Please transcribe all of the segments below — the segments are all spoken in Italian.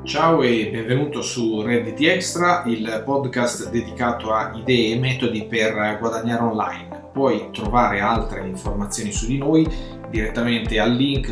Ciao e benvenuto su Reddit Extra, il podcast dedicato a idee e metodi per guadagnare online. Puoi trovare altre informazioni su di noi direttamente al link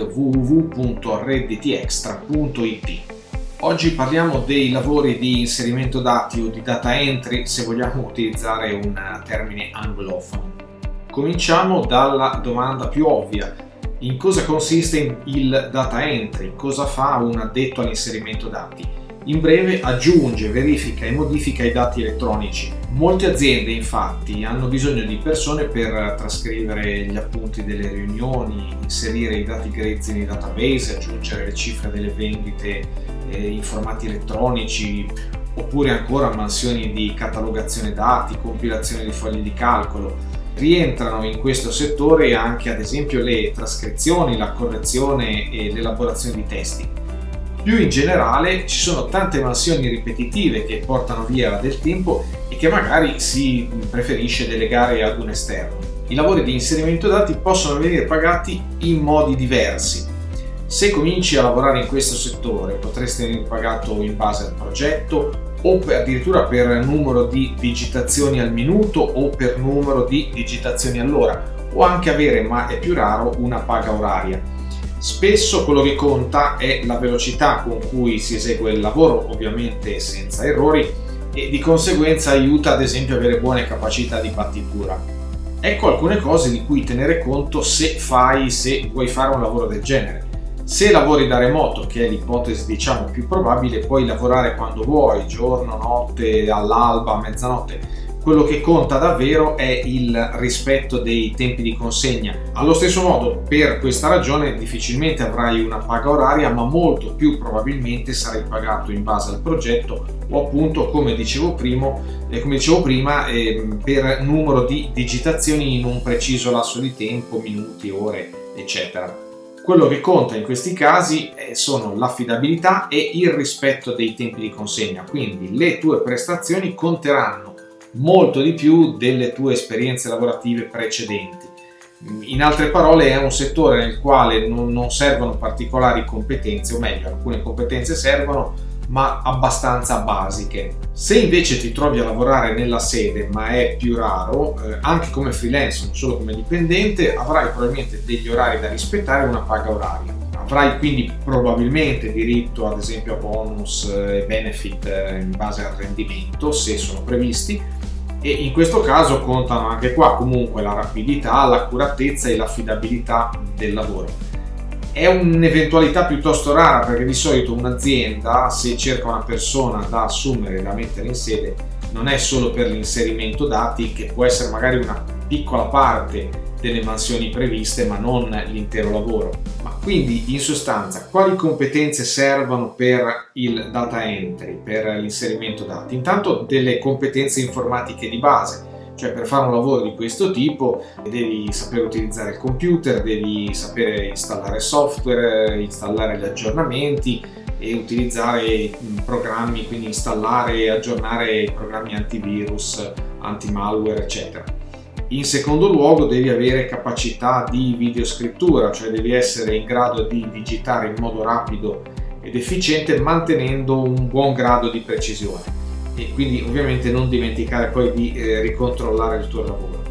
www.redditextra.it. Oggi parliamo dei lavori di inserimento dati o di data entry, se vogliamo utilizzare un termine anglofono. Cominciamo dalla domanda più ovvia. In cosa consiste il data entry? Cosa fa un addetto all'inserimento dati? In breve, aggiunge, verifica e modifica i dati elettronici. Molte aziende, infatti, hanno bisogno di persone per trascrivere gli appunti delle riunioni, inserire i dati grezzi nei database, aggiungere le cifre delle vendite in formati elettronici, oppure ancora mansioni di catalogazione dati, compilazione di fogli di calcolo. Rientrano in questo settore anche ad esempio le trascrizioni, la correzione e l'elaborazione di testi. Più in generale ci sono tante mansioni ripetitive che portano via del tempo e che magari si preferisce delegare ad un esterno. I lavori di inserimento dati possono venire pagati in modi diversi. Se cominci a lavorare in questo settore potresti venire pagato in base al progetto o addirittura per numero di digitazioni al minuto o per numero di digitazioni all'ora, o anche avere, ma è più raro, una paga oraria. Spesso quello che conta è la velocità con cui si esegue il lavoro, ovviamente senza errori, e di conseguenza aiuta ad esempio ad avere buone capacità di battitura. Ecco alcune cose di cui tenere conto se vuoi fare un lavoro del genere. Se lavori da remoto, che è l'ipotesi diciamo più probabile, puoi lavorare quando vuoi, giorno, notte, all'alba, a mezzanotte. Quello che conta davvero è il rispetto dei tempi di consegna. Allo stesso modo, per questa ragione difficilmente avrai una paga oraria, ma molto più probabilmente sarai pagato in base al progetto o appunto, come dicevo prima, per numero di digitazioni in un preciso lasso di tempo, minuti, ore, eccetera. Quello che conta in questi casi sono l'affidabilità e il rispetto dei tempi di consegna, quindi le tue prestazioni conteranno molto di più delle tue esperienze lavorative precedenti. In altre parole, è un settore nel quale non servono particolari competenze, o meglio, alcune competenze servono, ma abbastanza basiche. Se invece ti trovi a lavorare nella sede, ma è più raro, anche come freelance, non solo come dipendente, avrai probabilmente degli orari da rispettare e una paga oraria. Avrai quindi probabilmente diritto ad esempio a bonus e benefit in base al rendimento, se sono previsti, e in questo caso contano anche qua comunque la rapidità, l'accuratezza e l'affidabilità del lavoro. È un'eventualità piuttosto rara perché di solito un'azienda, se cerca una persona da assumere, da mettere in sede, non è solo per l'inserimento dati, che può essere magari una piccola parte delle mansioni previste, ma non l'intero lavoro. Ma quindi in sostanza quali competenze servono per il data entry, per l'inserimento dati? Intanto delle competenze informatiche di base. Cioè, per fare un lavoro di questo tipo devi sapere utilizzare il computer, devi sapere installare software, installare gli aggiornamenti e utilizzare programmi, quindi installare e aggiornare programmi antivirus, anti-malware, eccetera. In secondo luogo devi avere capacità di videoscrittura, cioè devi essere in grado di digitare in modo rapido ed efficiente mantenendo un buon grado di precisione. E quindi ovviamente non dimenticare poi di ricontrollare il tuo lavoro.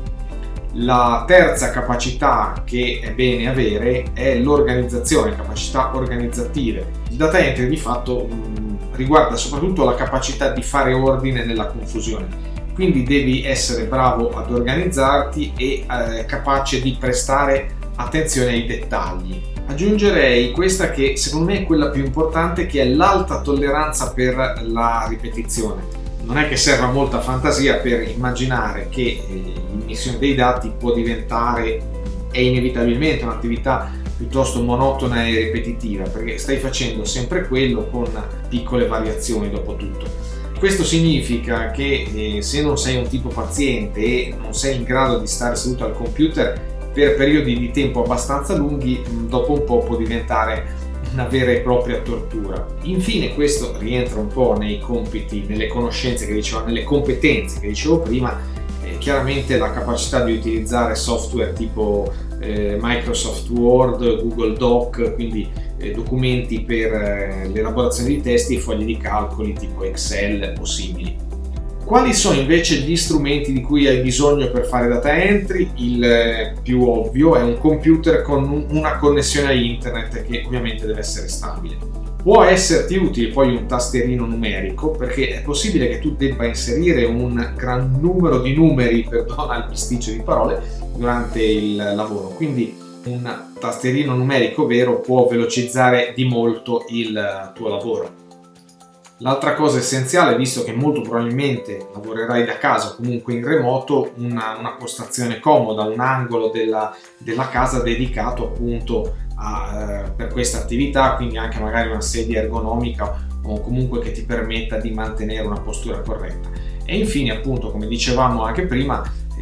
La terza capacità che è bene avere è l'organizzazione, capacità organizzative. Il data entry di fatto riguarda soprattutto la capacità di fare ordine nella confusione, quindi devi essere bravo ad organizzarti e capace di prestare attenzione ai dettagli. Aggiungerei questa che secondo me è quella più importante, che è l'alta tolleranza per la ripetizione. Non è che serva molta fantasia per immaginare che l'immissione dei dati può diventare, è inevitabilmente un'attività piuttosto monotona e ripetitiva, perché stai facendo sempre quello con piccole variazioni dopo tutto. Questo significa che se non sei un tipo paziente e non sei in grado di stare seduto al computer per periodi di tempo abbastanza lunghi, dopo un po' può diventare una vera e propria tortura. Infine questo rientra un po' nei compiti, nelle conoscenze che dicevo, nelle competenze che dicevo prima, chiaramente la capacità di utilizzare software tipo Microsoft Word, Google Doc, quindi documenti per l'elaborazione di testi e fogli di calcoli tipo Excel o simili. Quali sono invece gli strumenti di cui hai bisogno per fare data entry? Il più ovvio è un computer con una connessione a internet che ovviamente deve essere stabile. Può esserti utile poi un tastierino numerico, perché è possibile che tu debba inserire un gran numero di numeri, perdona il bisticcio di parole, durante il lavoro, quindi un tastierino numerico vero può velocizzare di molto il tuo lavoro. L'altra cosa essenziale, visto che molto probabilmente lavorerai da casa o comunque in remoto, una postazione comoda, un angolo della casa dedicato appunto per questa attività, quindi anche magari una sedia ergonomica o comunque che ti permetta di mantenere una postura corretta. E infine, appunto, come dicevamo anche prima,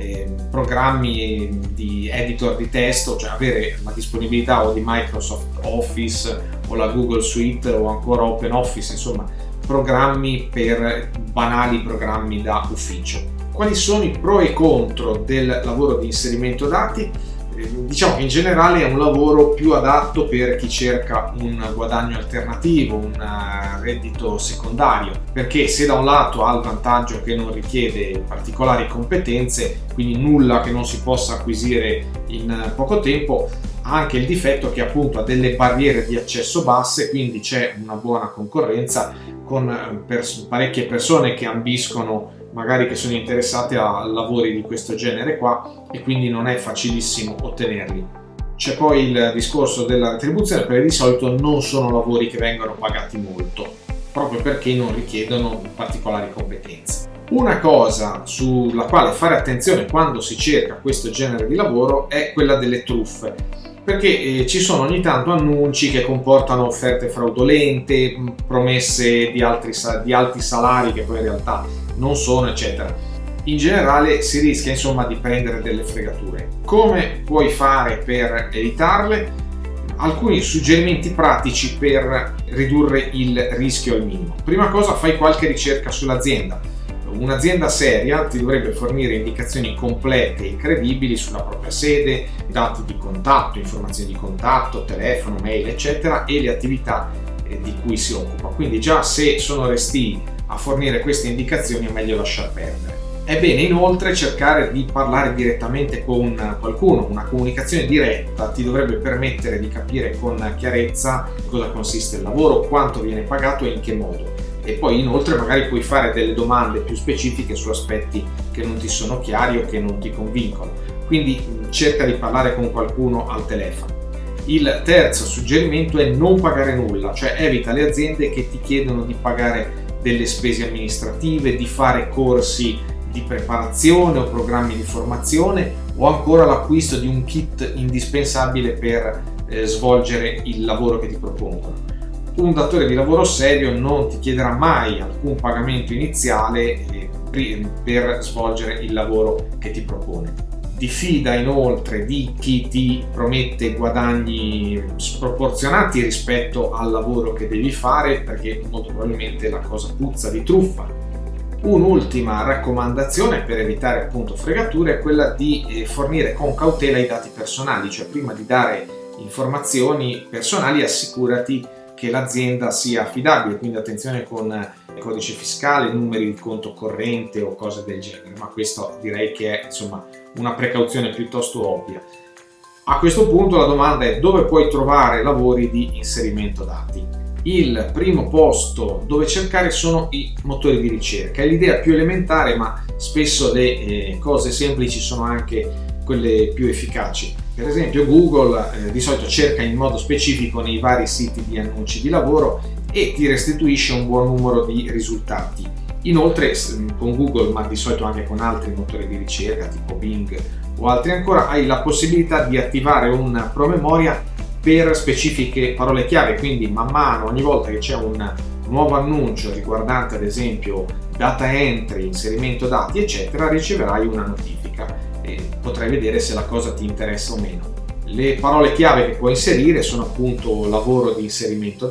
programmi di editor di testo, cioè avere la disponibilità o di Microsoft Office o la Google Suite o ancora OpenOffice, insomma programmi per banali programmi da ufficio. Quali sono i pro e contro del lavoro di inserimento dati? Diciamo che in generale è un lavoro più adatto per chi cerca un guadagno alternativo, un reddito secondario, perché se da un lato ha il vantaggio che non richiede particolari competenze, quindi nulla che non si possa acquisire in poco tempo, ha anche il difetto che appunto ha delle barriere di accesso basse, quindi c'è una buona concorrenza con parecchie persone che ambiscono, magari che sono interessate a lavori di questo genere qua, e quindi non è facilissimo ottenerli. C'è poi il discorso della retribuzione, perché di solito non sono lavori che vengono pagati molto, proprio perché non richiedono particolari competenze. Una cosa sulla quale fare attenzione quando si cerca questo genere di lavoro è quella delle truffe, perché ci sono ogni tanto annunci che comportano offerte fraudolente, promesse di alti salari che poi in realtà non sono, eccetera. In generale si rischia insomma di prendere delle fregature. Come puoi fare per evitarle? Alcuni suggerimenti pratici per ridurre il rischio al minimo. Prima cosa, fai qualche ricerca sull'azienda. Un'azienda seria ti dovrebbe fornire indicazioni complete e credibili sulla propria sede, dati di contatto, informazioni di contatto, telefono, mail, eccetera, e le attività di cui si occupa. Quindi già se sono restii a fornire queste indicazioni è meglio lasciar perdere. È bene inoltre cercare di parlare direttamente con qualcuno. Una comunicazione diretta ti dovrebbe permettere di capire con chiarezza cosa consiste il lavoro, quanto viene pagato e in che modo. E poi inoltre magari puoi fare delle domande più specifiche su aspetti che non ti sono chiari o che non ti convincono. Quindi cerca di parlare con qualcuno al telefono. Il terzo suggerimento è non pagare nulla, cioè evita le aziende che ti chiedono di pagare delle spese amministrative, di fare corsi di preparazione o programmi di formazione o ancora l'acquisto di un kit indispensabile per svolgere il lavoro che ti propongono. Un datore di lavoro serio non ti chiederà mai alcun pagamento iniziale per svolgere il lavoro che ti propone. Diffida inoltre di chi ti promette guadagni sproporzionati rispetto al lavoro che devi fare, perché molto probabilmente la cosa puzza di truffa. Un'ultima raccomandazione per evitare appunto fregature è quella di fornire con cautela i dati personali, cioè prima di dare informazioni personali assicurati che l'azienda sia affidabile, quindi attenzione con il codice fiscale, numeri di conto corrente o cose del genere, ma questo direi che è insomma una precauzione piuttosto ovvia. A questo punto la domanda è: dove puoi trovare lavori di inserimento dati? Il primo posto dove cercare sono i motori di ricerca. È l'idea più elementare, ma spesso le cose semplici sono anche quelle più efficaci. Per esempio Google di solito cerca in modo specifico nei vari siti di annunci di lavoro e ti restituisce un buon numero di risultati. Inoltre con Google, ma di solito anche con altri motori di ricerca tipo Bing o altri ancora, hai la possibilità di attivare un promemoria per specifiche parole chiave, quindi man mano, ogni volta che c'è un nuovo annuncio riguardante ad esempio data entry, inserimento dati eccetera, riceverai una notifica e potrai vedere se la cosa ti interessa o meno. Le parole chiave che puoi inserire sono appunto lavoro di inserimento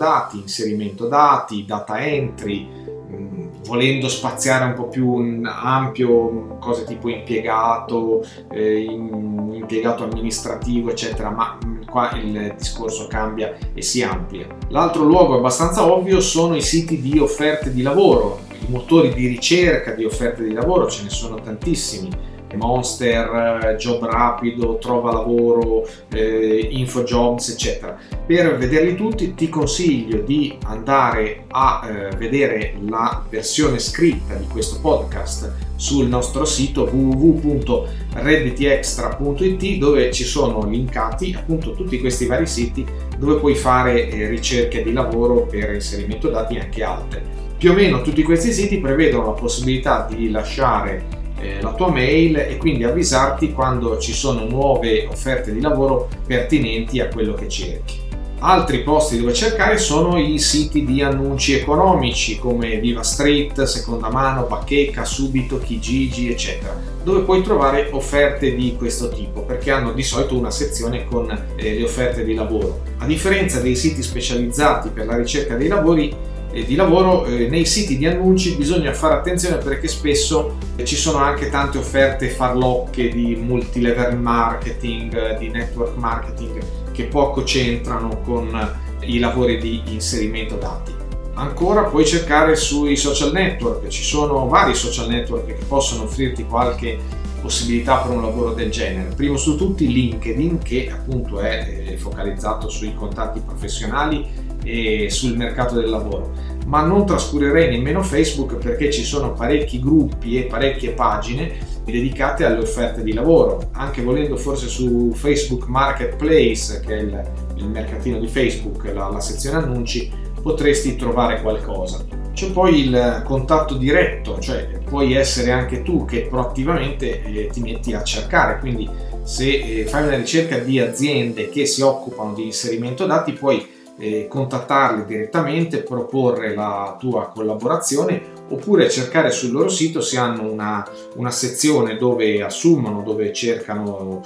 dati, data entry, volendo spaziare un po' più ampio, cose tipo impiegato, impiegato amministrativo eccetera, ma qua il discorso cambia e si amplia. L'altro luogo abbastanza ovvio sono i siti di offerte di lavoro, i motori di ricerca di offerte di lavoro, ce ne sono tantissimi. Monster, Job Rapido, Trova Lavoro, InfoJobs, eccetera. Per vederli tutti ti consiglio di andare a vedere la versione scritta di questo podcast sul nostro sito www.redditextra.it, dove ci sono linkati appunto tutti questi vari siti dove puoi fare ricerche di lavoro per inserimento dati e anche altre. Più o meno tutti questi siti prevedono la possibilità di lasciare la tua mail e quindi avvisarti quando ci sono nuove offerte di lavoro pertinenti a quello che cerchi. Altri posti dove cercare sono i siti di annunci economici come Viva Street, Seconda Mano, Bacheca, Subito, Kijiji, eccetera, dove puoi trovare offerte di questo tipo perché hanno di solito una sezione con le offerte di lavoro. A differenza dei siti specializzati per la ricerca dei lavori di lavoro, nei siti di annunci bisogna fare attenzione perché spesso ci sono anche tante offerte farlocche di multilevel marketing, di network marketing che poco c'entrano con i lavori di inserimento dati. Ancora puoi cercare sui social network, ci sono vari social network che possono offrirti qualche possibilità per un lavoro del genere. Primo su tutti LinkedIn, che appunto è focalizzato sui contatti professionali e sul mercato del lavoro, ma non trascurerei nemmeno Facebook perché ci sono parecchi gruppi e parecchie pagine dedicate alle offerte di lavoro. Anche volendo forse su Facebook Marketplace, che è il mercatino di Facebook, la sezione annunci, potresti trovare qualcosa. C'è poi il contatto diretto, cioè puoi essere anche tu che proattivamente ti metti a cercare, quindi se fai una ricerca di aziende che si occupano di inserimento dati puoi contattarli direttamente, proporre la tua collaborazione oppure cercare sul loro sito se hanno una sezione dove assumono, dove cercano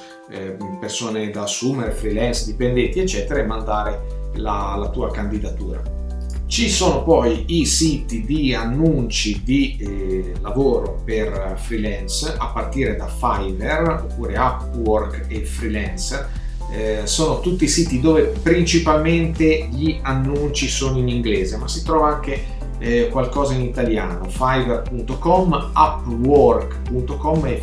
persone da assumere, freelance, dipendenti eccetera, e mandare la tua candidatura. Ci sono poi i siti di annunci di lavoro per freelance a partire da Fiverr oppure Upwork e Freelancer. Sono tutti siti dove principalmente gli annunci sono in inglese, ma si trova anche qualcosa in italiano: fiverr.com, upwork.com e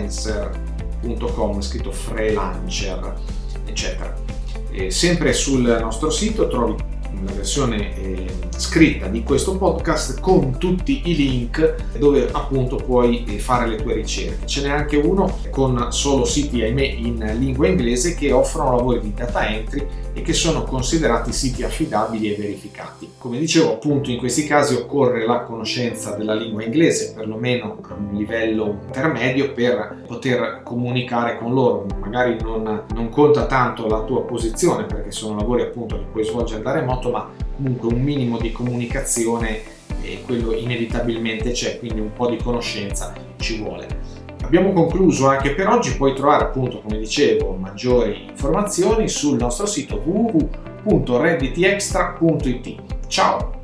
freelancer.com, scritto freelancer, eccetera. Sempre sul nostro sito trovi la versione scritta di questo podcast con tutti i link dove appunto puoi fare le tue ricerche. Ce n'è anche uno con solo siti, ahimè, in lingua inglese che offrono lavori di data entry e che sono considerati siti affidabili e verificati. Come dicevo, appunto, in questi casi occorre la conoscenza della lingua inglese, perlomeno a un livello intermedio, per poter comunicare con loro. Magari non conta tanto la tua posizione perché sono lavori appunto che puoi svolgere da remoto, ma comunque un minimo di comunicazione quello inevitabilmente c'è, quindi un po' di conoscenza ci vuole. Abbiamo concluso anche per oggi. Puoi trovare appunto, come dicevo, maggiori informazioni sul nostro sito www.redditextra.it. Ciao!